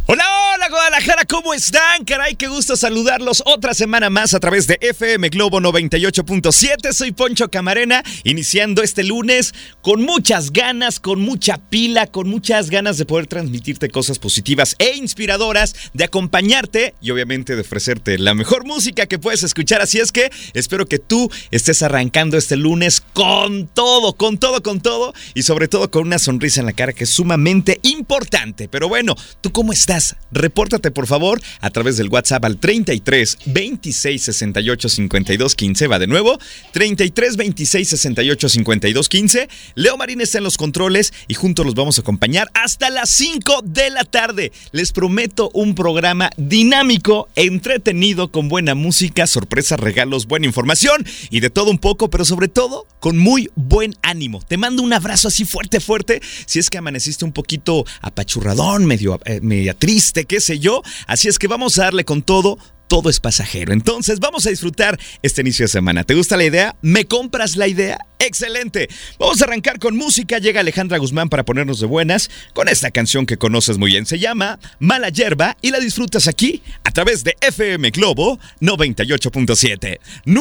Hola, hola Guadalajara, ¿cómo están? Caray, qué gusto saludarlos otra semana más a través de FM Globo 98.7. Soy Poncho Camarena, iniciando este lunes con muchas ganas, con mucha pila, con muchas ganas de poder transmitirte cosas positivas e inspiradoras, de acompañarte y obviamente de ofrecerte la mejor música que puedes escuchar. Así es que espero que tú estés arrancando este lunes con todo y sobre todo con una sonrisa en la cara que es sumamente importante. Pero bueno, ¿tú cómo estás? Repórtate por favor a través del WhatsApp al 33 26 68 52 15. Va de nuevo, 33 26 68 52 15. Leo Marín está en los controles y juntos los vamos a acompañar hasta las 5 de la tarde. Les prometo un programa dinámico, entretenido, con buena música, sorpresas, regalos, buena información y de todo un poco, pero sobre todo con muy buen ánimo. Te mando un abrazo así fuerte, si es que amaneciste un poquito apachurradón, media triste, qué sé yo. Así es que vamos a darle con todo. Todo es pasajero. Entonces vamos a disfrutar este inicio de semana. ¿Te gusta la idea? ¿Me compras la idea? ¡Excelente! Vamos a arrancar con música. Llega Alejandra Guzmán para ponernos de buenas con esta canción que conoces muy bien. Se llama Mala Yerba y la disfrutas aquí a través de FM Globo 98.7.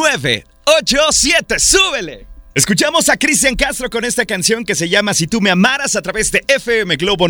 987, ¡súbele! Escuchamos a Cristian Castro con esta canción que se llama Si tú me amaras a través de FM Globo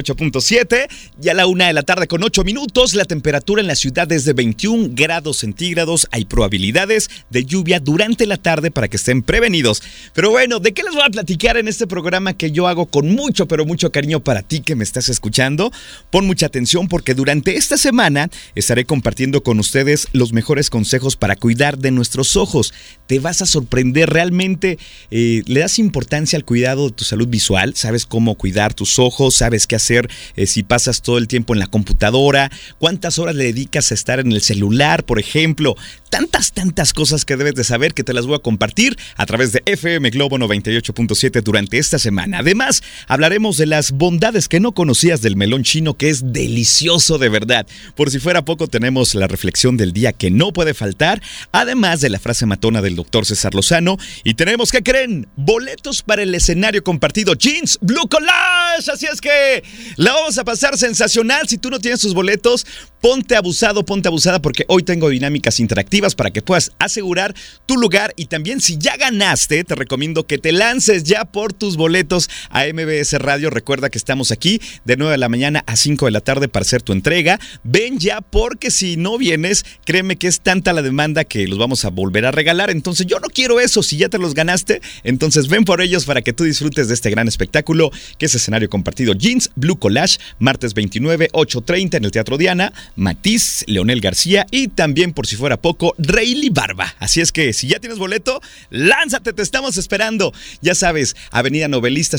98.7. Ya a la 1 de la tarde con 8 minutos. La temperatura en la ciudad es de 21 grados centígrados. Hay probabilidades de lluvia durante la tarde para que estén prevenidos. Pero bueno, ¿de qué les voy a platicar en este programa que yo hago con mucho, pero mucho cariño para ti que me estás escuchando? Pon mucha atención porque durante esta semana estaré compartiendo con ustedes los mejores consejos para cuidar de nuestros ojos. Te vas a sorprender realmente. ¿Le das importancia al cuidado de tu salud visual? ¿Sabes cómo cuidar tus ojos? ¿Sabes qué hacer si pasas todo el tiempo en la computadora? ¿Cuántas horas le dedicas a estar en el celular, por ejemplo? Tantas cosas que debes de saber que te las voy a compartir a través de FM Globo 98.7 durante esta semana. Además, hablaremos de las bondades que no conocías del melón chino, que es delicioso de verdad. Por si fuera poco, tenemos la reflexión del día que no puede faltar, además de la frase matona del doctor César Lozano. Y tenemos, ¿qué creen? Boletos para el escenario compartido Jeans Blue Collage. Así es que la vamos a pasar sensacional. Si tú no tienes tus boletos, ponte abusado, ponte abusada, porque hoy tengo dinámicas interactivas para que puedas asegurar tu lugar. Y también, si ya ganaste, te recomiendo que te lances ya por tus boletos a MBS Radio. Recuerda que estamos aquí de 9 de la mañana a 5 de la tarde para hacer tu entrega. Ven ya, porque si no vienes, créeme que es tanta la demanda que los vamos a volver a regalar. Entonces yo no quiero eso. Si ya te los ganaste, entonces ven por ellos para que tú disfrutes de este gran espectáculo que es escenario compartido Jeans Blue Collage, martes 29, 8:30 en el Teatro Diana. Matiz, Leonel García y también, por si fuera poco, Rayleigh Barba. Así es que si ya tienes boleto, lánzate, te estamos esperando. Ya sabes, Avenida Novelista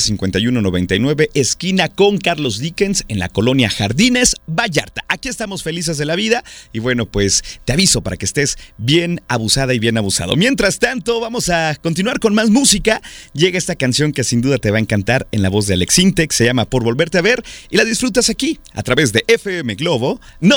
5199, esquina con Carlos Dickens, en la colonia Jardines, Vallarta. Aquí estamos felices de la vida y bueno, pues te aviso para que estés bien abusada y bien abusado. Mientras tanto, vamos a continuar con más música. Llega esta canción que sin duda te va a encantar en la voz de Alex Intec. Se llama Por Volverte a Ver y la disfrutas aquí a través de FM Globo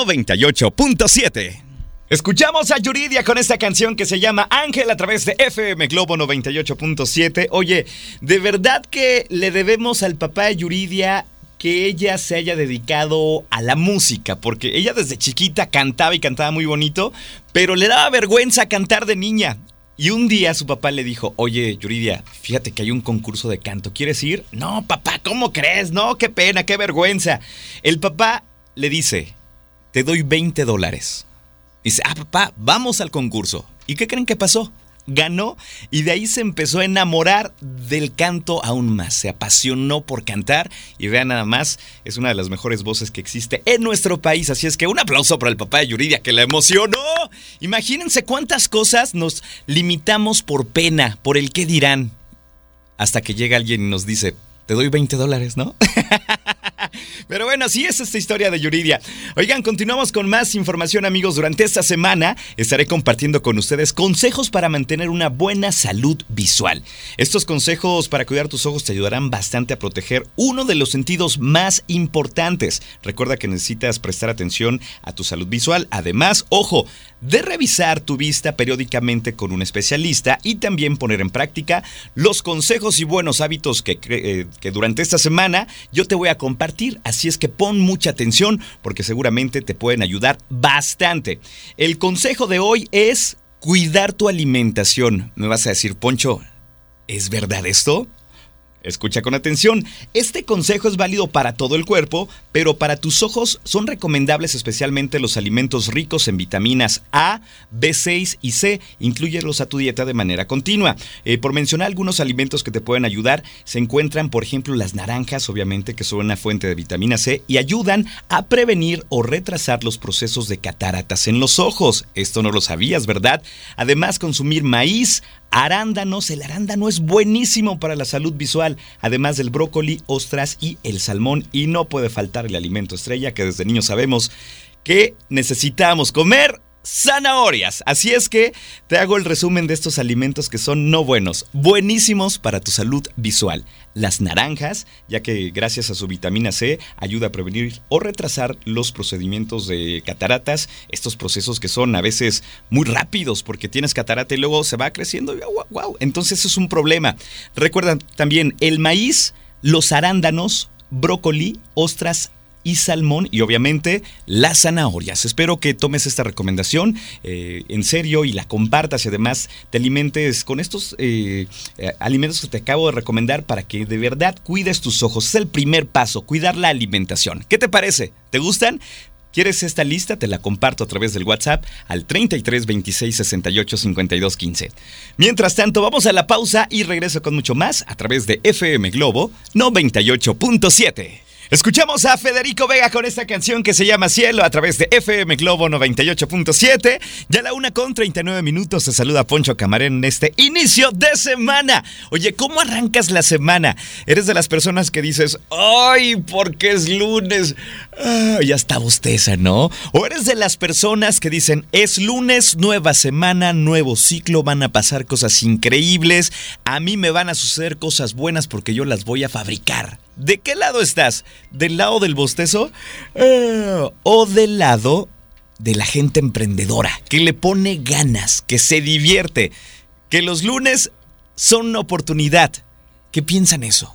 98.7. Escuchamos a Yuridia con esta canción que se llama Ángel a través de FM Globo 98.7. Oye, de verdad que le debemos al papá de Yuridia que ella se haya dedicado a la música, porque ella desde chiquita cantaba y cantaba muy bonito, pero le daba vergüenza cantar de niña. Y un día su papá le dijo, oye, Yuridia, fíjate que hay un concurso de canto, ¿quieres ir? No, papá, ¿cómo crees? No, qué pena, qué vergüenza. El papá le dice, te doy $20. Dice, papá, vamos al concurso. ¿Y qué creen que pasó? Ganó y de ahí se empezó a enamorar del canto aún más. Se apasionó por cantar y vean nada más, es una de las mejores voces que existe en nuestro país. Así es que un aplauso para el papá de Yuridia que la emocionó. Imagínense cuántas cosas nos limitamos por pena, por el qué dirán. Hasta que llega alguien y nos dice, te doy $20, ¿no? Pero bueno, así es esta historia de Yuridia. Oigan, continuamos con más información, amigos. Durante esta semana estaré compartiendo con ustedes consejos para mantener una buena salud visual. Estos consejos para cuidar tus ojos te ayudarán bastante a proteger uno de los sentidos más importantes. Recuerda que necesitas prestar atención a tu salud visual. Además, ojo, de revisar tu vista periódicamente con un especialista y también poner en práctica los consejos y buenos hábitos que durante esta semana yo te voy a compartir decir, así es que pon mucha atención porque seguramente te pueden ayudar bastante. El consejo de hoy es cuidar tu alimentación. Me vas a decir, Poncho, ¿es verdad esto? Escucha con atención, este consejo es válido para todo el cuerpo, pero para tus ojos son recomendables especialmente los alimentos ricos en vitaminas A, B6 y C. Inclúyelos a tu dieta de manera continua. Por mencionar algunos alimentos que te pueden ayudar, se encuentran, por ejemplo, las naranjas, obviamente, que son una fuente de vitamina C y ayudan a prevenir o retrasar los procesos de cataratas en los ojos. Esto no lo sabías, ¿verdad? Además, consumir maíz, arándanos. El arándano es buenísimo para la salud visual, además del brócoli, ostras y el salmón. Y no puede faltar el alimento estrella que desde niños sabemos que necesitamos comer: zanahorias. Así es que te hago el resumen de estos alimentos que son no buenos, buenísimos para tu salud visual. Las naranjas, ya que gracias a su vitamina C ayuda a prevenir o retrasar los procedimientos de cataratas, estos procesos que son a veces muy rápidos porque tienes catarata y luego se va creciendo y wow, entonces es un problema. Recuerda también el maíz, los arándanos, brócoli, ostras y salmón y obviamente las zanahorias. Espero que tomes esta recomendación en serio y la compartas y además te alimentes con estos alimentos que te acabo de recomendar para que de verdad cuides tus ojos. Es el primer paso, cuidar la alimentación. ¿Qué te parece? ¿Te gustan? ¿Quieres esta lista? Te la comparto a través del WhatsApp al 33 26 68 52 15. Mientras tanto, vamos a la pausa y regreso con mucho más a través de FM Globo 98.7. Escuchamos a Federico Vega con esta canción que se llama Cielo a través de FM Globo 98.7. Ya a la 1:39 se saluda Poncho Camarena en este inicio de semana. Oye, ¿cómo arrancas la semana? ¿Eres de las personas que dices, ay, porque es lunes? Ya está bosteza, ¿no? ¿O eres de las personas que dicen, es lunes, nueva semana, nuevo ciclo, van a pasar cosas increíbles, a mí me van a suceder cosas buenas porque yo las voy a fabricar? ¿De qué lado estás? ¿Del lado del bostezo? ¿O del lado de la gente emprendedora, que le pone ganas, que se divierte, que los lunes son una oportunidad? ¿Qué piensan eso?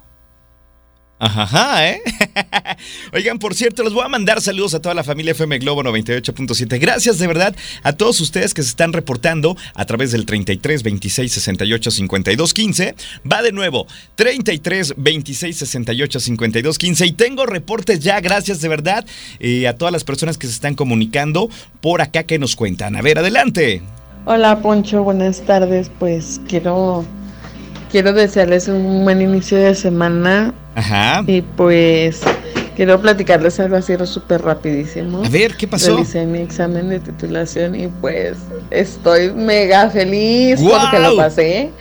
Ajá, ¿eh? Oigan, por cierto, les voy a mandar saludos a toda la familia FM Globo 98.7. Gracias de verdad a todos ustedes que se están reportando a través del 33 26 68 52 15. Va de nuevo, 33 26 68 52 15. Y tengo reportes ya, gracias de verdad a todas las personas que se están comunicando por acá que nos cuentan. A ver, adelante. Hola, Poncho, buenas tardes. Pues quiero desearles un buen inicio de semana. Ajá. Y pues quiero platicarles algo así súper rapidísimo. A ver, ¿qué pasó? Realicé mi examen de titulación y pues estoy mega feliz. ¡Wow! Porque lo pasé.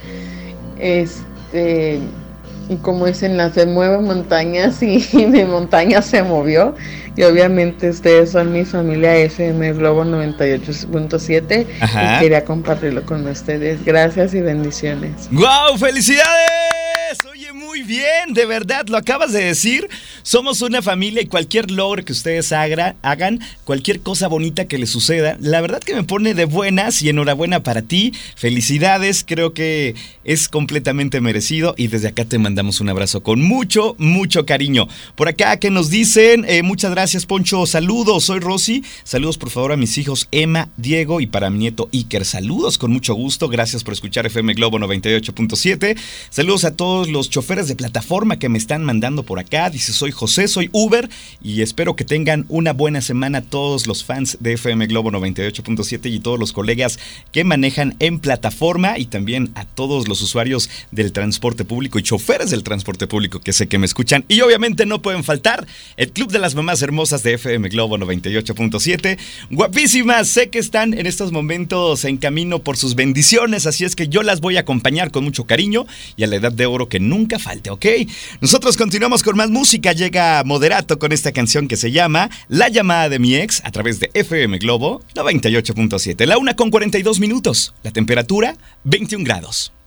Y como dicen, la fe mueve montañas y mi montaña se movió. Y obviamente ustedes son mi familia FM Globo 98.7. Ajá. Y quería compartirlo con ustedes. Gracias y bendiciones. ¡Guau! ¡Felicidades! Oye, muy bien, de verdad, lo acabas de decir. Somos una familia y cualquier logro que ustedes hagan, cualquier cosa bonita que les suceda, la verdad que me pone de buenas y enhorabuena para ti. Felicidades, creo que es completamente merecido y desde acá te mandamos un abrazo con mucho, mucho cariño. Por acá, ¿qué nos dicen? Muchas gracias, Poncho. Saludos, soy Rosy. Saludos, por favor, a mis hijos Emma, Diego y para mi nieto Iker. Saludos, con mucho gusto. Gracias por escuchar FM Globo 98.7. Saludos a todos los choferes de plataforma que me están mandando por acá. Dice, soy José, soy Uber y espero que tengan una buena semana todos los fans de FM Globo 98.7 y todos los colegas que manejan en plataforma y también a todos los usuarios del transporte público y choferes del transporte público que sé que me escuchan. Y obviamente no pueden faltar el Club de las Mamás Hermosas de FM Globo 98.7. Guapísimas, sé que están en estos momentos en camino por sus bendiciones, así es que yo las voy a acompañar con mucho cariño y a la edad de oro que nunca falte, ¿ok? Nosotros continuamos con más música. Llega Moderato con esta canción que se llama La llamada de mi ex a través de FM Globo 98.7. La 1:42. La temperatura 21 grados.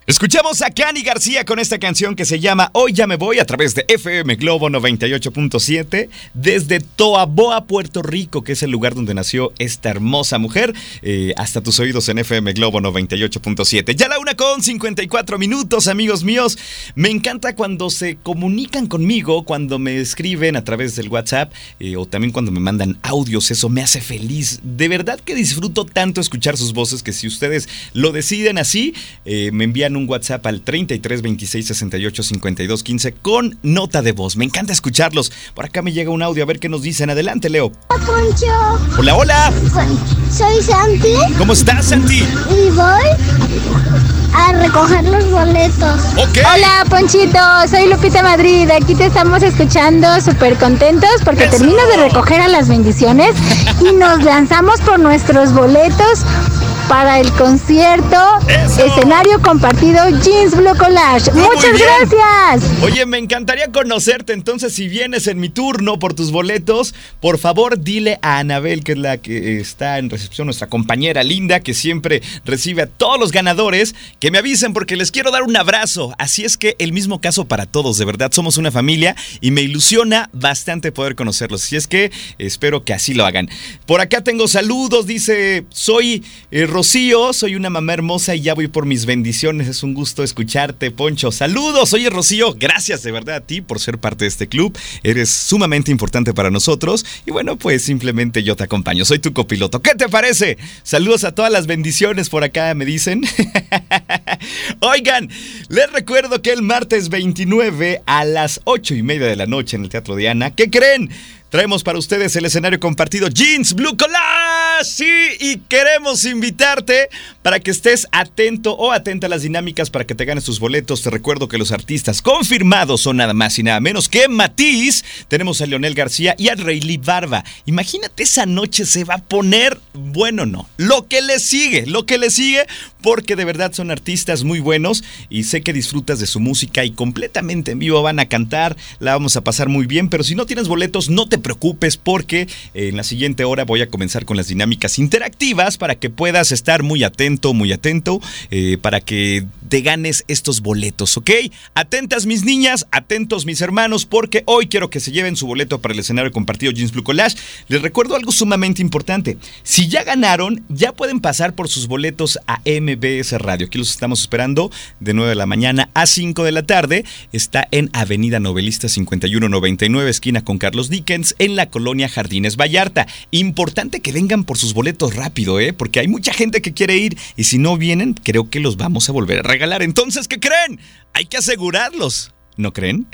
Escuchamos a Cani García con esta canción que se llama Hoy ya me voy a través de FM Globo 98.7 desde Toaboa, Puerto Rico, que es el lugar donde nació esta hermosa mujer, hasta tus oídos en FM Globo 98.7. Ya la 1:54, amigos míos. Me encanta cuando se comunican conmigo, cuando me escriben a través del WhatsApp o también cuando me mandan audios. Eso me hace feliz. De verdad que disfruto tanto escuchar sus voces que si ustedes lo deciden así, me envían un WhatsApp al 33 26 68 52 15 con nota de voz. Me encanta escucharlos. Por acá me llega un audio, a ver qué nos dicen. Adelante, Leo. Hola, Poncho. Hola, hola. Soy Santi. ¿Cómo estás, Santi? Y voy a recoger los boletos. Ok. Hola, Ponchito, soy Lupita Madrid. Aquí te estamos escuchando súper contentos porque ¡Eso! termino de recoger a las bendiciones y nos lanzamos por nuestros boletos para el concierto ¡Eso! Escenario Compartido Jeans Blue Collage. Muy ¡Muchas bien. gracias! Oye, me encantaría conocerte. Entonces, si vienes en mi turno por tus boletos, por favor, dile a Anabel, que es la que está en recepción, nuestra compañera linda, que siempre recibe a todos los ganadores, que me avisen porque les quiero dar un abrazo. Así es que el mismo caso para todos. De verdad, somos una familia y me ilusiona bastante poder conocerlos. Así es que espero que así lo hagan. Por acá tengo saludos. Dice, soy Rocío, soy una mamá hermosa y ya voy por mis bendiciones. Es un gusto escucharte, Poncho. Saludos. Oye, Rocío, gracias de verdad a ti por ser parte de este club. Eres sumamente importante para nosotros. Y bueno, pues simplemente yo te acompaño. Soy tu copiloto. ¿Qué te parece? Saludos a todas las bendiciones por acá, me dicen. Oigan, les recuerdo que el martes 29 a las 8:30 de la noche en el Teatro Diana, ¿qué creen? Traemos para ustedes el escenario compartido Jeans Blue Collage. Sí, y queremos invitarte para que estés atento o atenta a las dinámicas para que te ganes tus boletos. Te recuerdo que los artistas confirmados son nada más y nada menos que Matiz. Tenemos a Leonel García y a Rayleigh Barba. Imagínate, esa noche se va a poner, bueno, no, lo que le sigue, porque de verdad son artistas muy buenos y sé que disfrutas de su música y completamente en vivo van a cantar, la vamos a pasar muy bien, pero si no tienes boletos, no te preocupes porque en la siguiente hora voy a comenzar con las dinámicas interactivas para que puedas estar muy atento, para que te ganes estos boletos, ¿ok? Atentas mis niñas, atentos mis hermanos, porque hoy quiero que se lleven su boleto para el escenario compartido Jeans Blue Collage. Les recuerdo algo sumamente importante. Si ya ganaron, ya pueden pasar por sus boletos a MBS Radio. Aquí los estamos esperando de 9 de la mañana a 5 de la tarde. Está en Avenida Novelista 5199, esquina con Carlos Dickens, en la colonia Jardines Vallarta. Importante que vengan por sus boletos rápido, porque hay mucha gente que quiere ir y si no vienen, creo que los vamos a volver a regalar. Entonces, ¿qué creen? Hay que asegurarlos. ¿No creen?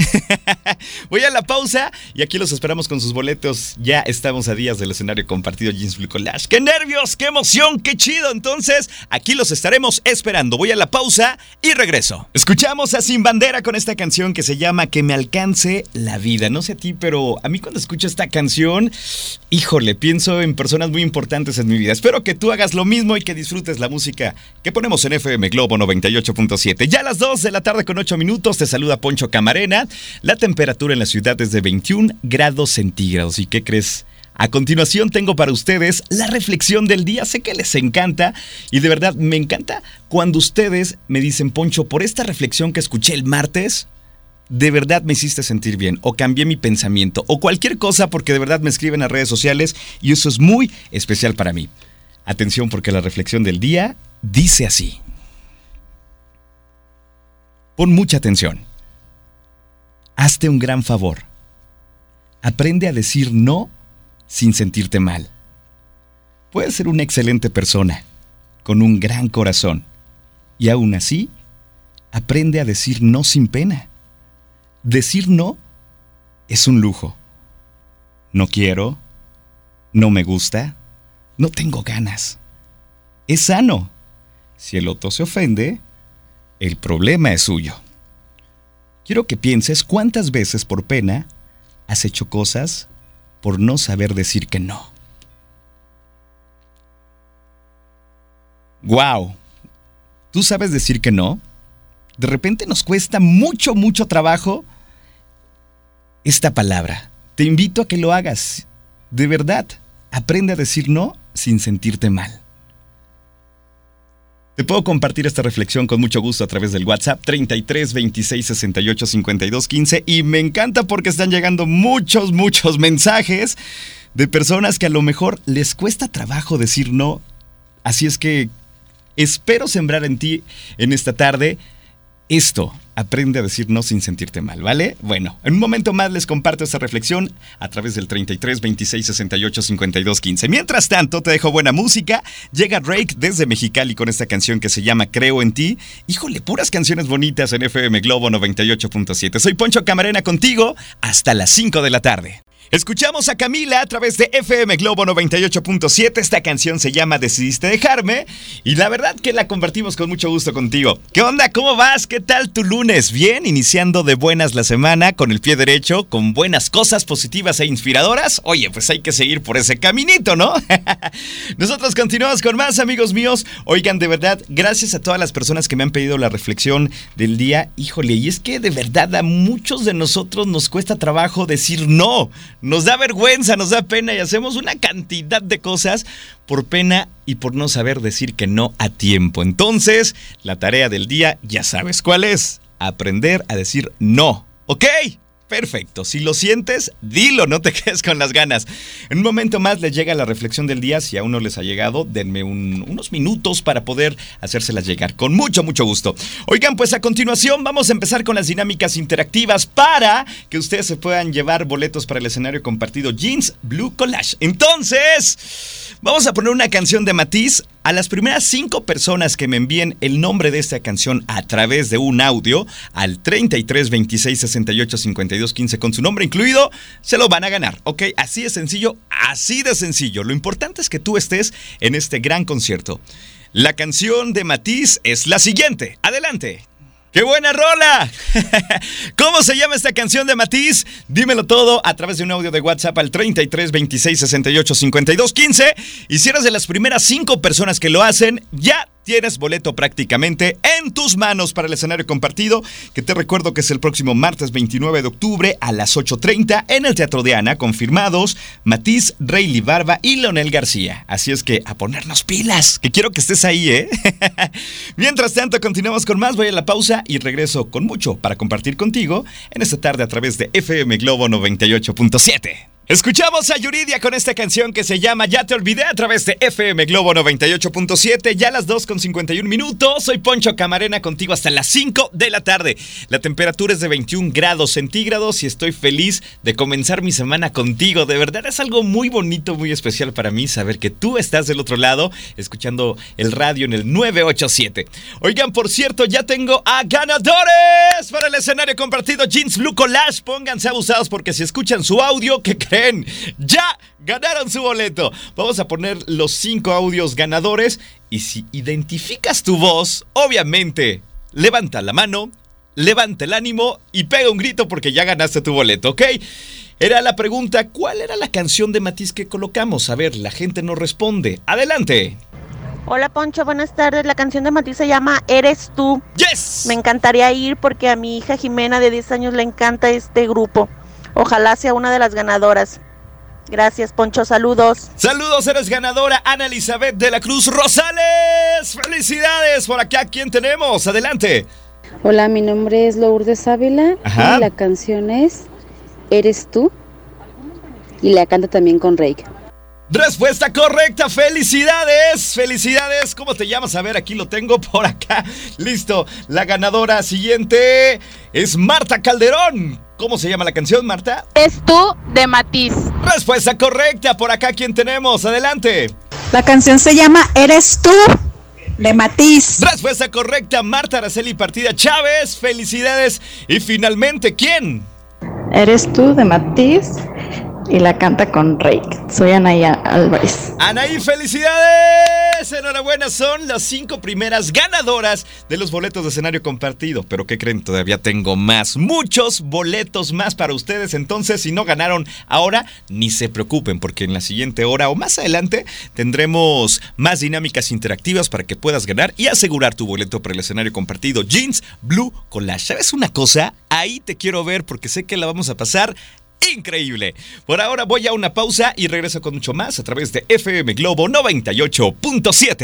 Voy a la pausa y aquí los esperamos con sus boletos. Ya estamos a días del escenario compartido Jeans Blue Collage. ¡Qué nervios! ¡Qué emoción! ¡Qué chido! Entonces, aquí los estaremos esperando. Voy a la pausa y regreso. Escuchamos a Sin Bandera con esta canción que se llama Que me alcance la vida. No sé a ti, pero a mí cuando escucho esta canción, híjole, pienso en personas muy importantes en mi vida. Espero que tú hagas lo mismo y que disfrutes la música que ponemos en FM Globo 98.7. Ya a las 2 de la tarde con 8 minutos te saluda Poncho Camarena. La temperatura en la ciudad es de 21 grados centígrados. ¿Y qué crees? A continuación tengo para ustedes la reflexión del día. Sé que les encanta y de verdad me encanta cuando ustedes me dicen, Poncho, por esta reflexión que escuché el martes, de verdad me hiciste sentir bien o cambié mi pensamiento o cualquier cosa, porque de verdad me escriben a redes sociales y eso es muy especial para mí. Atención, porque la reflexión del día dice así. Pon mucha atención. Hazte un gran favor. Aprende a decir no sin sentirte mal. Puedes ser una excelente persona, con un gran corazón, y aún así, aprende a decir no sin pena. Decir no es un lujo. No quiero, no me gusta, no tengo ganas. Es sano. Si el otro se ofende, el problema es suyo. Quiero que pienses cuántas veces por pena has hecho cosas por no saber decir que no. ¡Guau! ¿Tú sabes decir que no? De repente nos cuesta mucho trabajo esta palabra. Te invito a que lo hagas. De verdad, aprende a decir no sin sentirte mal. Te puedo compartir esta reflexión con mucho gusto a través del WhatsApp 33 26 68 52 15 y me encanta porque están llegando muchos mensajes de personas que a lo mejor les cuesta trabajo decir no. Así es que espero sembrar en ti en esta tarde esto. Aprende a decir no sin sentirte mal, ¿vale? Bueno, en un momento más les comparto esta reflexión a través del 33 26 68 52 15. Mientras tanto, te dejo buena música. Llega Drake desde Mexicali con esta canción que se llama Creo en ti. Híjole, puras canciones bonitas en FM Globo 98.7. Soy Poncho Camarena contigo hasta las 5 de la tarde. Escuchamos a Camila a través de FM Globo 98.7. Esta canción se llama Decidiste dejarme y la verdad que la compartimos con mucho gusto contigo. ¿Qué onda? ¿Cómo vas? ¿Qué tal tu lunes? Bien, iniciando de buenas la semana con el pie derecho, con buenas cosas positivas e inspiradoras. Oye, pues hay que seguir por ese caminito, ¿no? Nosotros continuamos con más, amigos míos. Oigan, de verdad, gracias a todas las personas que me han pedido la reflexión del día. Híjole, y es que de verdad a muchos de nosotros nos cuesta trabajo decir no. Nos da vergüenza, nos da pena y hacemos una cantidad de cosas por pena y por no saber decir que no a tiempo. Entonces, la tarea del día ya sabes cuál es. Aprender a decir no, ¿ok? Perfecto, si lo sientes, dilo, no te quedes con las ganas. En un momento más les llega la reflexión del día. Si aún no les ha llegado, denme unos minutos para poder hacérselas llegar con mucho gusto. Oigan, pues a continuación vamos a empezar con las dinámicas interactivas para que ustedes se puedan llevar boletos para el escenario compartido Jeans Blue Collage. Entonces, vamos a poner una canción de Matiz. A las primeras 5 personas que me envíen el nombre de esta canción a través de un audio al 33 26 68 52 15 con su nombre incluido, se lo van a ganar, ¿ok? Así de sencillo, así de sencillo. Lo importante es que tú estés en este gran concierto. La canción de Matiz es la siguiente. Adelante. ¡Qué buena rola! ¿Cómo se llama esta canción de Matiz? Dímelo todo a través de un audio de WhatsApp al 33 26 68 52 15. Y si eres de las primeras 5 personas que lo hacen, ya tienes boleto prácticamente en tus manos para el escenario compartido, que te recuerdo que es el próximo martes 29 de octubre a las 8:30 en el Teatro de Ana. Confirmados Matiz, Rayleigh Barba y Leonel García. Así es que a ponernos pilas, que quiero que estés ahí, ¿eh? Mientras tanto, continuamos con más. Voy a la pausa y regreso con mucho para compartir contigo en esta tarde a través de FM Globo 98.7. Escuchamos a Yuridia con esta canción que se llama Ya te olvidé a través de FM Globo 98.7, ya a las 2:51. Soy Poncho Camarena contigo hasta las 5 de la tarde. La temperatura es de 21 grados centígrados y estoy feliz de comenzar mi semana contigo. De verdad es algo muy bonito, muy especial para mí saber que tú estás del otro lado escuchando el radio en el 987. Oigan, por cierto, ya tengo a ganadores para el escenario compartido Jeans Blue Collage. Pónganse abusados porque si escuchan su audio, ¿qué creen? Ya ganaron su boleto. Vamos a poner los 5 audios ganadores y si identificas tu voz, obviamente, levanta la mano, levanta el ánimo y pega un grito porque ya ganaste tu boleto, ¿ok? Era la pregunta, ¿cuál era la canción de Matiz que colocamos? A ver, la gente nos responde. Adelante. Hola Poncho, buenas tardes. La canción de Matiz se llama Eres tú. ¡Yes! Me encantaría ir porque a mi hija Jimena de 10 años le encanta este grupo. Ojalá sea una de las ganadoras. Gracias, Poncho. Saludos. Saludos, eres ganadora Ana Elizabeth de la Cruz Rosales. ¡Felicidades! Por acá, ¿quién tenemos? Adelante. Hola, mi nombre es Lourdes Ávila. Ajá. Y la canción es Eres tú. Y la canta también con Rake. Respuesta correcta, felicidades, felicidades. ¿Cómo te llamas? A ver, aquí lo tengo por acá. Listo, la ganadora siguiente es Marta Calderón. ¿Cómo se llama la canción, Marta? Es tú, de Matiz. Respuesta correcta, por acá, ¿quién tenemos? Adelante. La canción se llama Eres tú, de Matiz. Respuesta correcta, Marta Araceli Partida Chávez, felicidades. Y finalmente, ¿quién? Eres tú, de Matiz. Y la canta con Rake. Soy Anaí Álvarez. Anaí, felicidades. Enhorabuena, son las 5 primeras ganadoras de los boletos de escenario compartido. Pero ¿qué creen? Todavía tengo más, muchos boletos más para ustedes. Entonces, si no ganaron ahora, ni se preocupen, porque en la siguiente hora o más adelante tendremos más dinámicas interactivas para que puedas ganar y asegurar tu boleto para el escenario compartido Jeans Blue Collage. ¿Sabes una cosa? Ahí te quiero ver porque sé que la vamos a pasar increíble. Por ahora voy a una pausa y regreso con mucho más a través de FM Globo 98.7.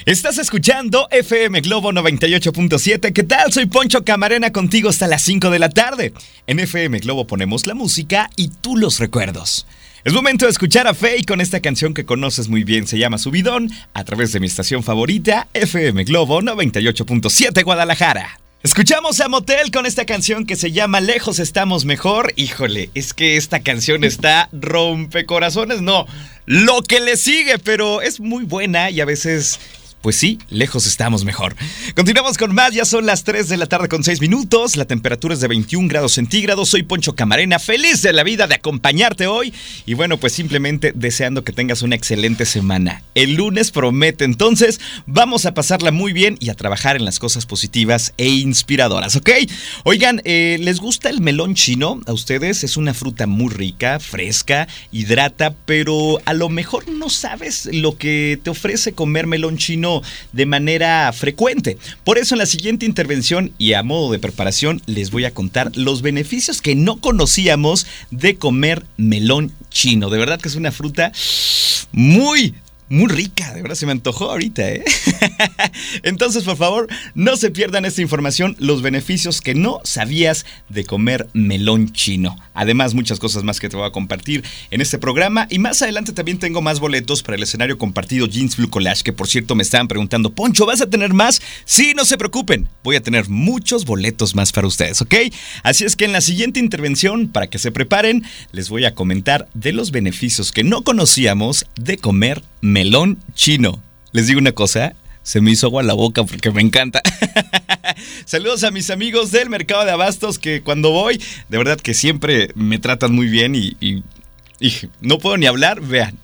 Estás escuchando FM Globo 98.7. ¿Qué tal? Soy Poncho Camarena contigo hasta las 5 de la tarde. En FM Globo ponemos la música y tú los recuerdos. Es momento de escuchar a Faye con esta canción que conoces muy bien. Se llama Subidón, a través de mi estación favorita, FM Globo 98.7 Guadalajara. Escuchamos a Motel con esta canción que se llama Lejos Estamos Mejor. Híjole, es que esta canción está rompecorazones, no, lo que le sigue, pero es muy buena y a veces... Pues sí, lejos estamos mejor. Continuamos con más, ya son las 3 de la tarde con 6 minutos. La temperatura es de 21 grados centígrados. Soy Poncho Camarena, feliz de la vida de acompañarte hoy. Y bueno, pues simplemente deseando que tengas una excelente semana. El lunes promete, entonces vamos a pasarla muy bien y a trabajar en las cosas positivas e inspiradoras, ¿ok? Oigan, ¿les gusta el melón chino a ustedes? Es una fruta muy rica, fresca, hidrata, pero a lo mejor no sabes lo que te ofrece comer melón chino de manera frecuente. Por eso en la siguiente intervención y a modo de preparación les voy a contar los beneficios que no conocíamos de comer melón chino. De verdad que es una fruta muy rica, de verdad se me antojó ahorita, ¿eh? Entonces, por favor, no se pierdan esta información, los beneficios que no sabías de comer melón chino. Además, muchas cosas más que te voy a compartir en este programa. Y más adelante también tengo más boletos para el escenario compartido Jeans Blue Collage, que por cierto me estaban preguntando, Poncho, ¿vas a tener más? Sí, no se preocupen, voy a tener muchos boletos más para ustedes, ¿ok? Así es que en la siguiente intervención, para que se preparen, les voy a comentar de los beneficios que no conocíamos de comer melón chino. Les digo una cosa, se me hizo agua la boca porque me encanta. Saludos a mis amigos del mercado de abastos que cuando voy, de verdad que siempre me tratan muy bien y no puedo ni hablar, vean.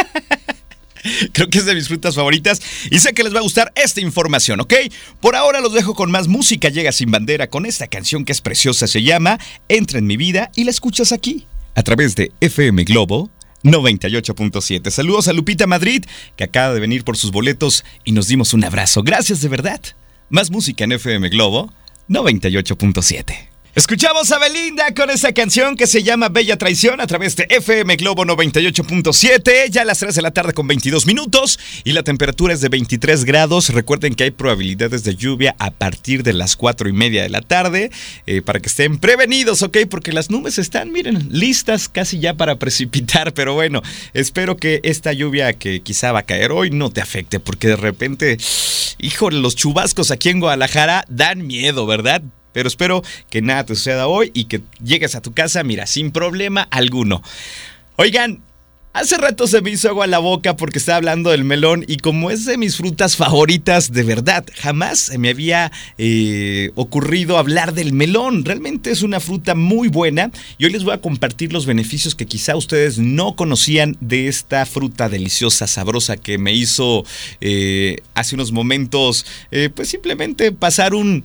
Creo que es de mis frutas favoritas y sé que les va a gustar esta información, ¿ok? Por ahora los dejo con más música. Llega Sin Bandera con esta canción que es preciosa, se llama Entra en mi vida y la escuchas aquí, a través de FM Globo 98.7. Saludos a Lupita Madrid, que acaba de venir por sus boletos y nos dimos un abrazo. Gracias de verdad. Más música en FM Globo 98.7. Escuchamos a Belinda con esa canción que se llama Bella Traición a través de FM Globo 98.7, ya a las 3 de la tarde con 22 minutos y la temperatura es de 23 grados. Recuerden que hay probabilidades de lluvia a partir de las 4:30 de la tarde, para que estén prevenidos, ¿ok? Porque las nubes están, miren, listas casi ya para precipitar, pero bueno, espero que esta lluvia que quizá va a caer hoy no te afecte, porque de repente, híjole, los chubascos aquí en Guadalajara dan miedo, ¿verdad? Pero espero que nada te suceda hoy y que llegues a tu casa, mira, sin problema alguno. Oigan, hace rato se me hizo agua la boca porque estaba hablando del melón y como es de mis frutas favoritas, de verdad, jamás se me había ocurrido hablar del melón. Realmente es una fruta muy buena y hoy les voy a compartir los beneficios que quizá ustedes no conocían de esta fruta deliciosa, sabrosa, que me hizo hace unos momentos, pues simplemente pasar un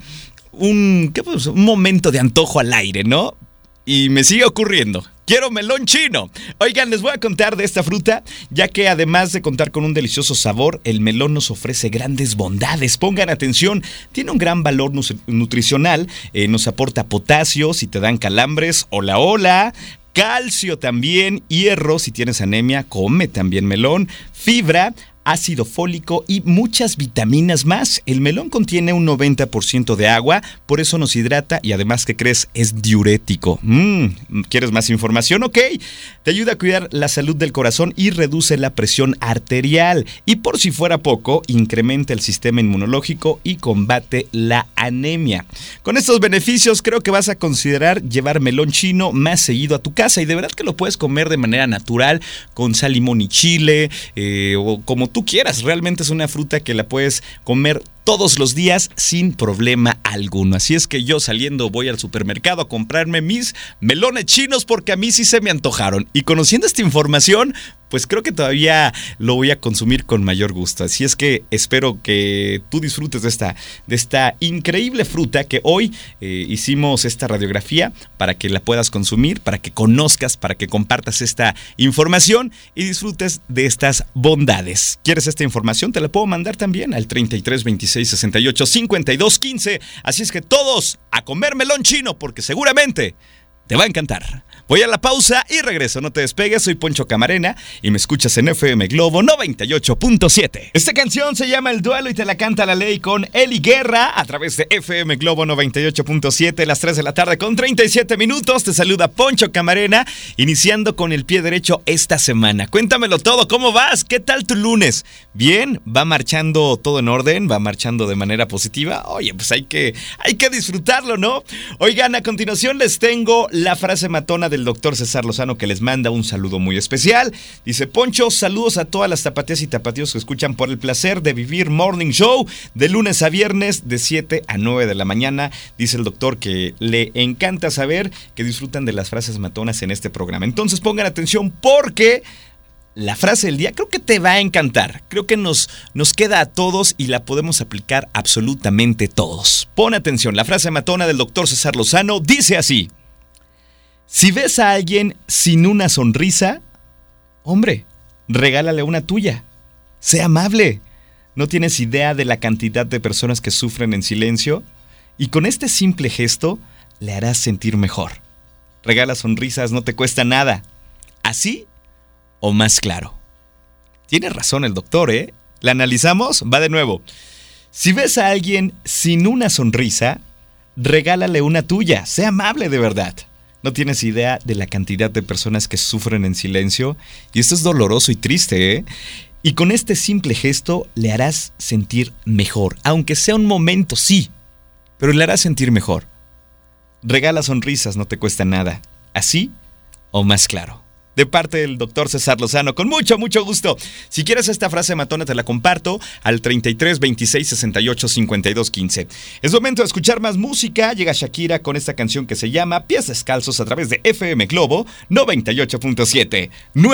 momento de antojo al aire, ¿no? Y me sigue ocurriendo. ¡Quiero melón chino! Oigan, les voy a contar de esta fruta, ya que además de contar con un delicioso sabor, el melón nos ofrece grandes bondades. Pongan atención, tiene un gran valor nutricional, nos aporta potasio si te dan calambres, hola, calcio también, hierro si tienes anemia, come también melón, fibra, ácido fólico y muchas vitaminas más. El melón contiene un 90% de agua, por eso nos hidrata y además, ¿qué crees? Es diurético. ¿Quieres más información? Ok. Te ayuda a cuidar la salud del corazón y reduce la presión arterial. Y por si fuera poco, incrementa el sistema inmunológico y combate la anemia. Con estos beneficios, creo que vas a considerar llevar melón chino más seguido a tu casa y de verdad que lo puedes comer de manera natural, con sal, limón y chile, o como tú quieras. Realmente es una fruta que la puedes comer todos los días sin problema alguno. Así es que yo saliendo voy al supermercado a comprarme mis melones chinos porque a mí sí se me antojaron. Y conociendo esta información, pues creo que todavía lo voy a consumir con mayor gusto. Así es que espero que tú disfrutes de esta increíble fruta que hoy hicimos esta radiografía para que la puedas consumir, para que conozcas, para que compartas esta información y disfrutes de estas bondades. ¿Quieres esta información? Te la puedo mandar también al 33 26 68 52 15. Así es que todos a comer melón chino porque seguramente te va a encantar. Voy a la pausa y regreso. No te despegues, soy Poncho Camarena y me escuchas en FM Globo 98.7. Esta canción se llama El Duelo y te la canta La Ley con Eli Guerra a través de FM Globo 98.7, las 3 de la tarde con 37 minutos. Te saluda Poncho Camarena, iniciando con el pie derecho esta semana. Cuéntamelo todo, ¿cómo vas? ¿Qué tal tu lunes? ¿Bien? ¿Va marchando todo en orden? ¿Va marchando de manera positiva? Oye, pues hay que disfrutarlo, ¿no? Oigan, a continuación les tengo la frase matona del doctor César Lozano, que les manda un saludo muy especial. Dice: Poncho, saludos a todas las tapatías y tapatíos que escuchan por el placer de vivir Morning Show de lunes a viernes de 7 a 9 de la mañana. Dice el doctor que le encanta saber que disfrutan de las frases matonas en este programa. Entonces pongan atención porque la frase del día creo que te va a encantar. Creo que nos queda a todos y la podemos aplicar absolutamente todos. Pon atención, la frase matona del doctor César Lozano dice así: si ves a alguien sin una sonrisa, hombre, regálale una tuya. Sé amable. No tienes idea de la cantidad de personas que sufren en silencio y con este simple gesto le harás sentir mejor. Regala sonrisas, no te cuesta nada. ¿Así o más claro? Tiene razón el doctor, ¿eh? ¿La analizamos? Va de nuevo. Si ves a alguien sin una sonrisa, regálale una tuya. Sé amable de verdad. No tienes idea de la cantidad de personas que sufren en silencio y esto es doloroso y triste, ¿eh? Y con este simple gesto le harás sentir mejor, aunque sea un momento, sí, pero le harás sentir mejor. Regala sonrisas, no te cuesta nada. ¿Así o más claro? De parte del doctor César Lozano, con mucho gusto. Si quieres esta frase matona, te la comparto al 33 26 68 52 15. Es momento de escuchar más música. Llega Shakira con esta canción que se llama Pies Descalzos a través de FM Globo 98.7.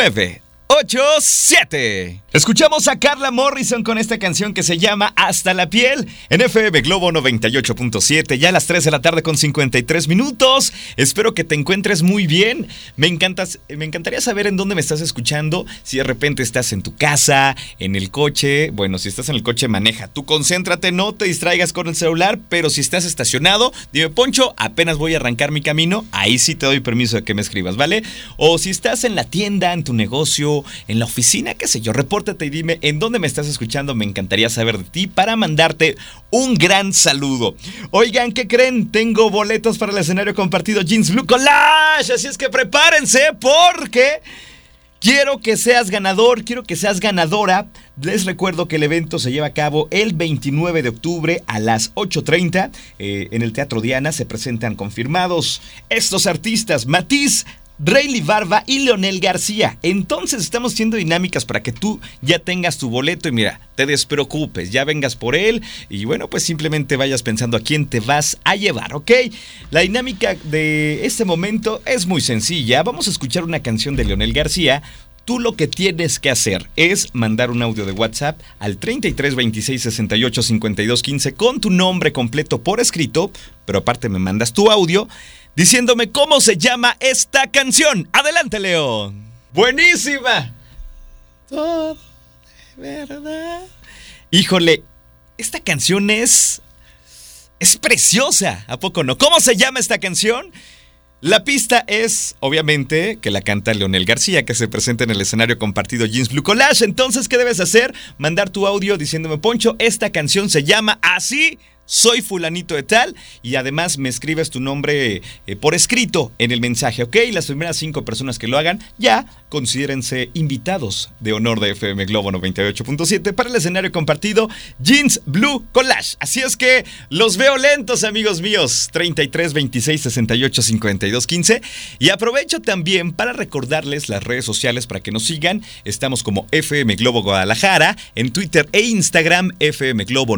987. Escuchamos a Carla Morrison con esta canción que se llama Hasta la Piel en FM Globo 98.7, ya a las 3 de la tarde con 53 minutos. Espero que te encuentres muy bien. Me encantaría saber en dónde me estás escuchando. Si de repente estás en tu casa, en el coche. Bueno, si estás en el coche, maneja. Tú concéntrate, no te distraigas con el celular. Pero si estás estacionado, dime: Poncho, apenas voy a arrancar mi camino. Ahí sí te doy permiso de que me escribas, ¿vale? O si estás en la tienda, en tu negocio, en la oficina, qué sé yo, repórtate y dime en dónde me estás escuchando. Me encantaría saber de ti para mandarte un gran saludo. Oigan, ¿qué creen? Tengo boletos para el escenario compartido Jeans Blue Collage, así es que prepárense porque quiero que seas ganador, quiero que seas ganadora. Les recuerdo que el evento se lleva a cabo el 29 de octubre a las 8:30 en el Teatro Diana. Se presentan confirmados estos artistas: Matiz, Rayleigh Barba y Leonel García. Entonces estamos haciendo dinámicas para que tú ya tengas tu boleto y mira, te despreocupes, ya vengas por él y bueno, pues simplemente vayas pensando a quién te vas a llevar, ¿ok? La dinámica de este momento es muy sencilla. Vamos a escuchar una canción de Leonel García. Tú lo que tienes que hacer es mandar un audio de WhatsApp al 33 26 68 52 15 con tu nombre completo por escrito, pero aparte me mandas tu audio diciéndome cómo se llama esta canción. ¡Adelante, Leo! ¡Buenísima! Todo verdad. Híjole, esta canción es preciosa, ¿a poco no? ¿Cómo se llama esta canción? La pista es, obviamente, que la canta Leonel García, que se presenta en el escenario compartido Jeans Blue Collage. Entonces, ¿qué debes hacer? Mandar tu audio diciéndome: Poncho, esta canción se llama así, soy fulanito de tal, y además me escribes tu nombre por escrito en el mensaje, ¿ok? Las primeras 5 personas que lo hagan ya considérense invitados de honor de FM Globo 98.7 para el escenario compartido Jeans Blue Collage. Así es que los veo lentos, amigos míos. 33 26 68 52 15. Y aprovecho también para recordarles las redes sociales para que nos sigan. Estamos como FM Globo Guadalajara en Twitter e Instagram, FM Globo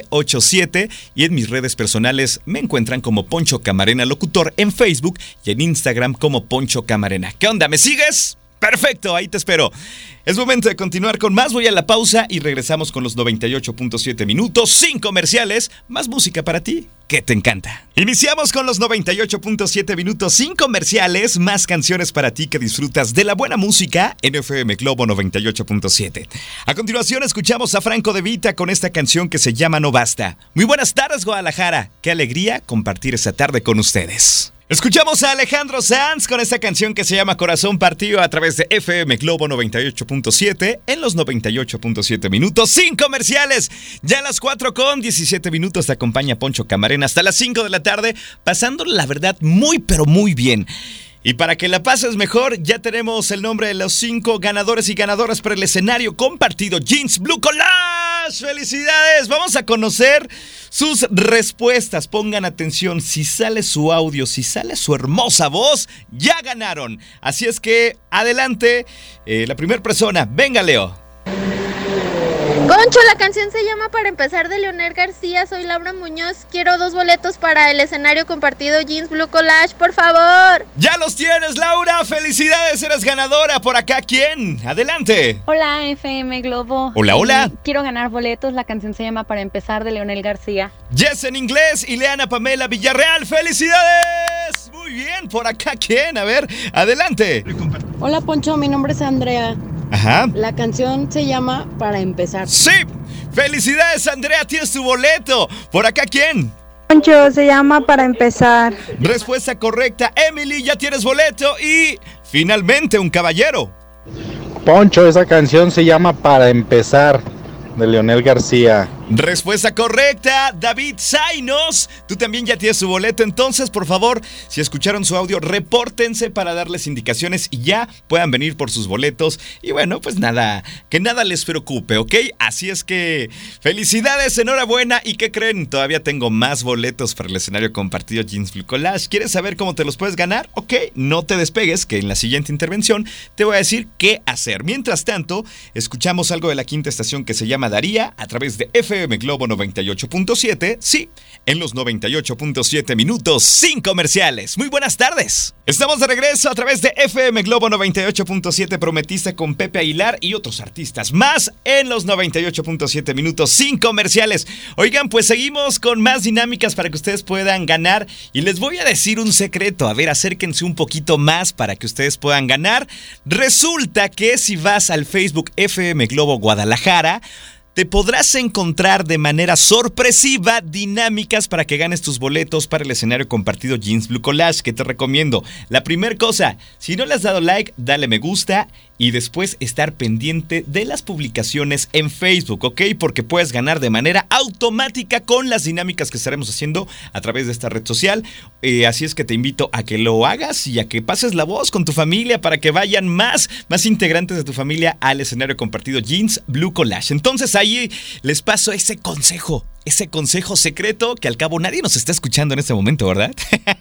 987. Y en mis redes personales me encuentran como Poncho Camarena Locutor en Facebook y en Instagram como Poncho Camarena. ¿Qué onda? ¿Me sigues? Perfecto, ahí te espero. Es momento de continuar con más. Voy a la pausa y regresamos con los 98.7 minutos sin comerciales. Más música para ti, que te encanta. Iniciamos con los 98.7 minutos sin comerciales. Más canciones para ti que disfrutas de la buena música en FM Globo 98.7. A continuación escuchamos a Franco De Vita con esta canción que se llama No Basta. Muy buenas tardes, Guadalajara. Qué alegría compartir esta tarde con ustedes. Escuchamos a Alejandro Sanz con esta canción que se llama Corazón Partido a través de FM Globo 98.7 en los 98.7 minutos sin comerciales. Ya a las 4:17 te acompaña Poncho Camarena hasta las 5 de la tarde, pasando la verdad muy pero muy bien. Y para que la pases mejor, ya tenemos el nombre de los 5 ganadores y ganadoras para el escenario compartido Jeans Blue Collage. ¡Felicidades! Vamos a conocer sus respuestas. Pongan atención, si sale su audio, si sale su hermosa voz, ya ganaron. Así es que adelante, la primera persona. Venga, Leo. Poncho, la canción se llama Para Empezar de Leonel García. Soy Laura Muñoz. Quiero 2 boletos para el escenario compartido Jeans Blue Collage, por favor. Ya los tienes, Laura. Felicidades, eres ganadora. Por acá, ¿quién? Adelante. Hola, FM Globo. Hola, hola. Quiero ganar boletos. La canción se llama Para Empezar de Leonel García. Yes en inglés. Ileana Pamela Villarreal. ¡Felicidades! Muy bien. Por acá, ¿quién? A ver, adelante. Hola, Poncho. Mi nombre es Andrea. Ajá. La canción se llama Para Empezar. ¡Sí! ¡Felicidades, Andrea! Tienes tu boleto. ¿Por acá quién? Poncho, se llama Para Empezar. Respuesta correcta. Emily, ya tienes boleto. Y finalmente un caballero. Poncho, esa canción se llama Para Empezar, de Leonel García. Respuesta correcta, David Zainos. Tú también ya tienes su boleto. Entonces, por favor, si escucharon su audio, repórtense para darles indicaciones y ya puedan venir por sus boletos. Y bueno, pues nada, que nada les preocupe, ¿ok? Así es que felicidades, enhorabuena. ¿Y qué creen? Todavía tengo más boletos para el escenario compartido Jeans Blue Collage. ¿Quieres saber cómo te los puedes ganar? Ok, no te despegues, que en la siguiente intervención te voy a decir qué hacer. Mientras tanto, escuchamos algo de la quinta estación que se llama Daría a través de FM Globo 98.7, sí, en los 98.7 minutos sin comerciales. Muy buenas tardes. Estamos de regreso a través de FM Globo 98.7, Prometiste con Pepe Aguilar y otros artistas más en los 98.7 minutos sin comerciales. Oigan, pues seguimos con más dinámicas para que ustedes puedan ganar y les voy a decir un secreto. A ver, acérquense un poquito más para que ustedes puedan ganar. Resulta que si vas al Facebook FM Globo Guadalajara, te podrás encontrar de manera sorpresiva dinámicas para que ganes tus boletos para el escenario compartido Jeans Blue Collage, que te recomiendo. La primera cosa, si no le has dado like, dale me gusta y después estar pendiente de las publicaciones en Facebook, ¿ok? Porque puedes ganar de manera automática con las dinámicas que estaremos haciendo a través de esta red social. Así es que te invito a que lo hagas y a que pases la voz con tu familia para que vayan más integrantes de tu familia al escenario compartido Jeans Blue Collage. Entonces ahí les paso ese consejo secreto que al cabo nadie nos está escuchando en este momento, ¿verdad?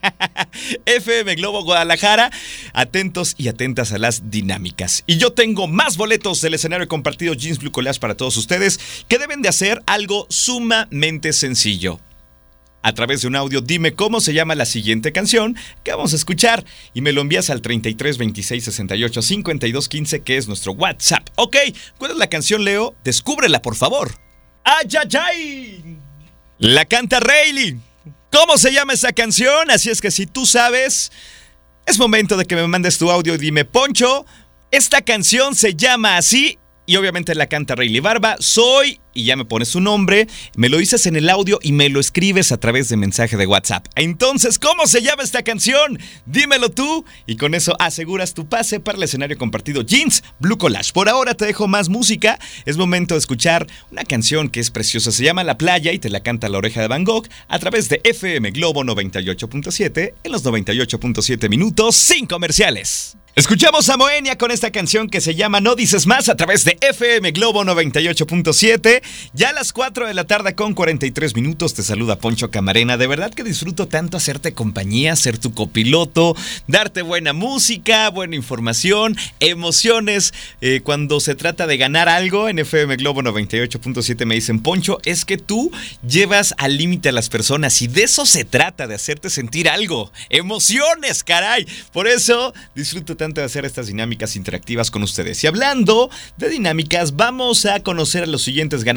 FM Globo Guadalajara, atentos y atentas a las dinámicas. Y yo tengo más boletos del escenario compartido Jeans Blue Collage para todos ustedes, que deben de hacer algo sumamente sencillo. A través de un audio, dime cómo se llama la siguiente canción que vamos a escuchar y me lo envías al 33 26 68 52 15, que es nuestro WhatsApp. Ok, ¿cuál es la canción, Leo? Descúbrela, por favor. ¡Ay, ay, ay! La canta Rayleigh. ¿Cómo se llama esa canción? Así es que si tú sabes, es momento de que me mandes tu audio y dime, Poncho, esta canción se llama así. Y obviamente la canta Rayleigh Barba. Soy, y ya me pones su nombre, me lo dices en el audio y me lo escribes a través de mensaje de WhatsApp. Entonces, ¿cómo se llama esta canción? Dímelo tú y con eso aseguras tu pase para el escenario compartido Jeans Blue Collage. Por ahora te dejo más música. Es momento de escuchar una canción que es preciosa. Se llama La Playa y te la canta La Oreja de Van Gogh a través de FM Globo 98.7 en los 98.7 minutos sin comerciales. Escuchamos a Moenia con esta canción que se llama No Dices Más a través de FM Globo 98.7. Ya a las 4 de la tarde con 43 minutos te saluda Poncho Camarena. De verdad que disfruto tanto hacerte compañía, ser tu copiloto, darte buena música, buena información, emociones. Cuando se trata de ganar algo en FM Globo 98.7 me dicen, Poncho, es que tú llevas al límite a las personas y de eso se trata, de hacerte sentir algo. Emociones, caray. Por eso disfruto tanto de hacer estas dinámicas interactivas con ustedes. Y hablando de dinámicas, vamos a conocer a los siguientes ganadores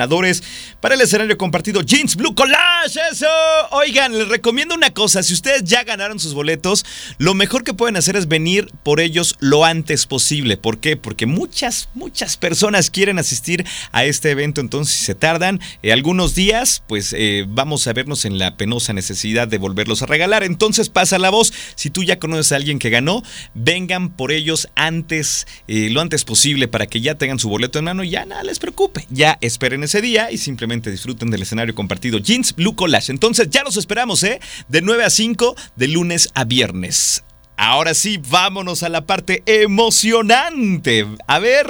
ganadores para el escenario compartido Jeans Blue Collage. ¡Eso! Oigan, les recomiendo una cosa. Si ustedes ya ganaron sus boletos, lo mejor que pueden hacer es venir por ellos lo antes posible. ¿Por qué? Porque muchas personas quieren asistir a este evento. Entonces, si se tardan algunos días, pues vamos a vernos en la penosa necesidad de volverlos a regalar. Entonces, pasa la voz. Si tú ya conoces a alguien que ganó, vengan por ellos antes, lo antes posible, para que ya tengan su boleto en mano y ya nada les preocupe. Ya esperen ese día y simplemente disfruten del escenario compartido Jeans Blue Collage. Entonces, ya los esperamos, de 9 a 5, de lunes a viernes. Ahora sí, vámonos a la parte emocionante. A ver,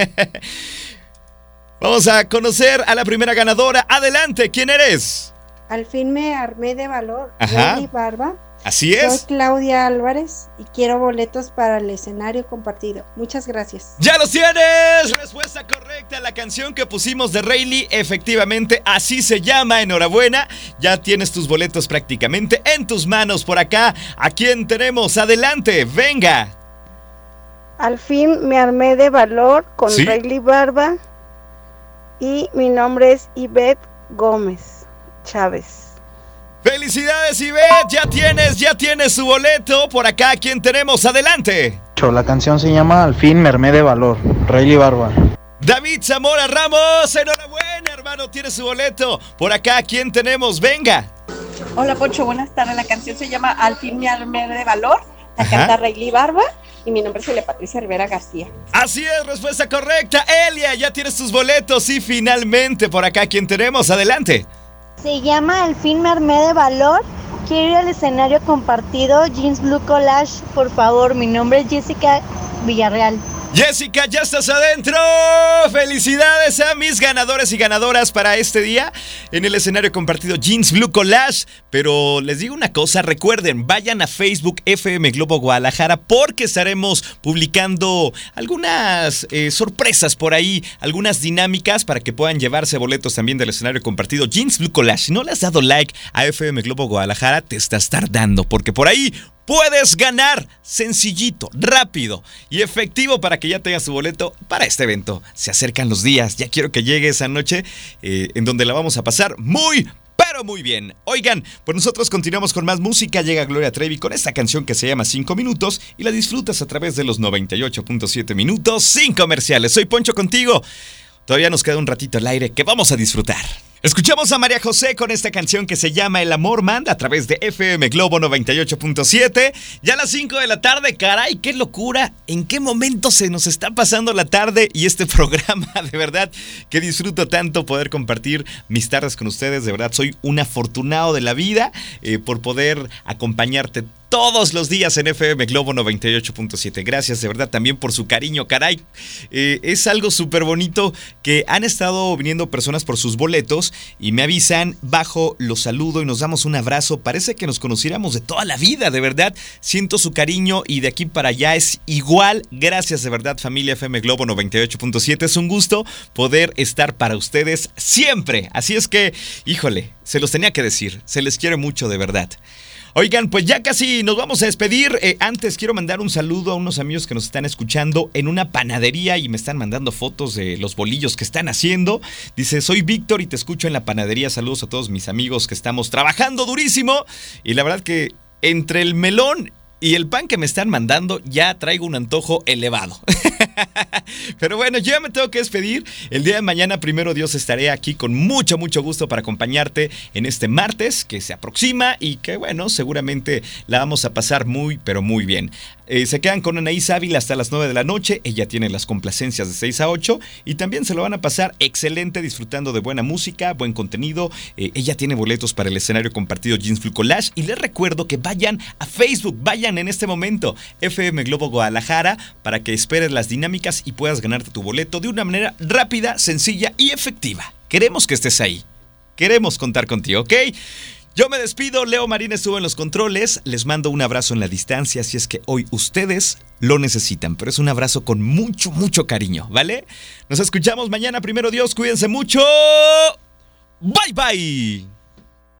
vamos a conocer a la primera ganadora. Adelante, ¿quién eres? Al fin me armé de valor. Ajá. Rayleigh Barba. Así es. Soy Claudia Álvarez y quiero boletos para el escenario compartido. Muchas gracias. ¡Ya los tienes! Respuesta correcta. La canción que pusimos de Rayleigh, efectivamente, así se llama. Enhorabuena. Ya tienes tus boletos prácticamente en tus manos por acá. ¿A quién tenemos? Adelante, venga. Al fin me armé de valor con ¿Sí? Rayleigh Barba y mi nombre es Ivette Gómez Chávez. ¡Felicidades, Ivette! Ya tienes su boleto. Por acá, ¿a quién tenemos? Adelante. La canción se llama Al fin me armé de valor, Rayleigh Barba. David Zamora Ramos, enhorabuena, hermano, tiene su boleto. Por acá, ¿a quién tenemos? Venga. Hola, Poncho, buenas tardes. La canción se llama Al fin me armé de valor. La Ajá. canta Rayleigh Barba y mi nombre es Elia Patricia Rivera García. Así es, respuesta correcta. Elia, ya tienes tus boletos y finalmente por acá, ¿quién tenemos? Adelante. Se llama Al fin me armé de valor. Quiero ir al escenario compartido Jeans Blue Collage, por favor. Mi nombre es Jessica Villarreal. Jessica, ya estás adentro. Felicidades a mis ganadores y ganadoras para este día en el escenario compartido Jeans Blue Collage. Pero les digo una cosa, recuerden, vayan a Facebook FM Globo Guadalajara porque estaremos publicando algunas sorpresas por ahí, algunas dinámicas para que puedan llevarse boletos también del escenario compartido Jeans Blue Collage. Si no le has dado like a FM Globo Guadalajara, te estás tardando porque por ahí puedes ganar sencillito, rápido y efectivo para que ya tengas tu boleto para este evento. Se acercan los días, ya quiero que llegue esa noche en donde la vamos a pasar muy, pero muy bien. Oigan, pues nosotros continuamos con más música. Llega Gloria Trevi con esta canción que se llama 5 minutos y la disfrutas a través de los 98.7 minutos sin comerciales. Soy Poncho contigo. Todavía nos queda un ratito al aire que vamos a disfrutar. Escuchamos a María José con esta canción que se llama El Amor Manda a través de FM Globo 98.7. Ya a las 5 de la tarde, caray, qué locura. ¿En qué momento se nos está pasando la tarde y este programa? De verdad que disfruto tanto poder compartir mis tardes con ustedes. De verdad soy un afortunado de la vida por poder acompañarte todos los días en FM Globo 98.7. Gracias de verdad también por su cariño, caray. Es algo súper bonito que han estado viniendo personas por sus boletos y me avisan, bajo, los saludo y nos damos un abrazo. Parece que nos conociéramos de toda la vida, de verdad. Siento su cariño y de aquí para allá es igual. Gracias de verdad, familia FM Globo 98.7. Es un gusto poder estar para ustedes siempre. Así es que, híjole, se los tenía que decir. Se les quiere mucho, de verdad. Oigan, pues ya casi nos vamos a despedir. Antes quiero mandar un saludo a unos amigos que nos están escuchando en una panadería y me están mandando fotos de los bolillos que están haciendo. Dice, soy Víctor y te escucho en la panadería. Saludos a todos mis amigos que estamos trabajando durísimo. Y la verdad que entre el melón y el pan que me están mandando ya traigo un antojo elevado. Pero bueno, yo ya me tengo que despedir. El día de mañana, primero Dios, estaré aquí con mucho gusto para acompañarte en este martes que se aproxima y que bueno, seguramente la vamos a pasar muy, pero muy bien. Se quedan con Anaís Ávila hasta las 9 de la noche. Ella tiene las complacencias de 6 a 8 y también se lo van a pasar excelente disfrutando de buena música, buen contenido. Ella tiene boletos para el escenario compartido Jeans Blue Collage y les recuerdo que vayan a Facebook, vayan en este momento FM Globo Guadalajara para que esperes las dinámicas y puedas ganarte tu boleto de una manera rápida, sencilla y efectiva. Queremos que estés ahí. Queremos contar contigo, ¿ok? Yo me despido, Leo Marín estuvo en los controles, les mando un abrazo en la distancia, si es que hoy ustedes lo necesitan, pero es un abrazo con mucho cariño, ¿vale? Nos escuchamos mañana, primero Dios, cuídense mucho, bye bye.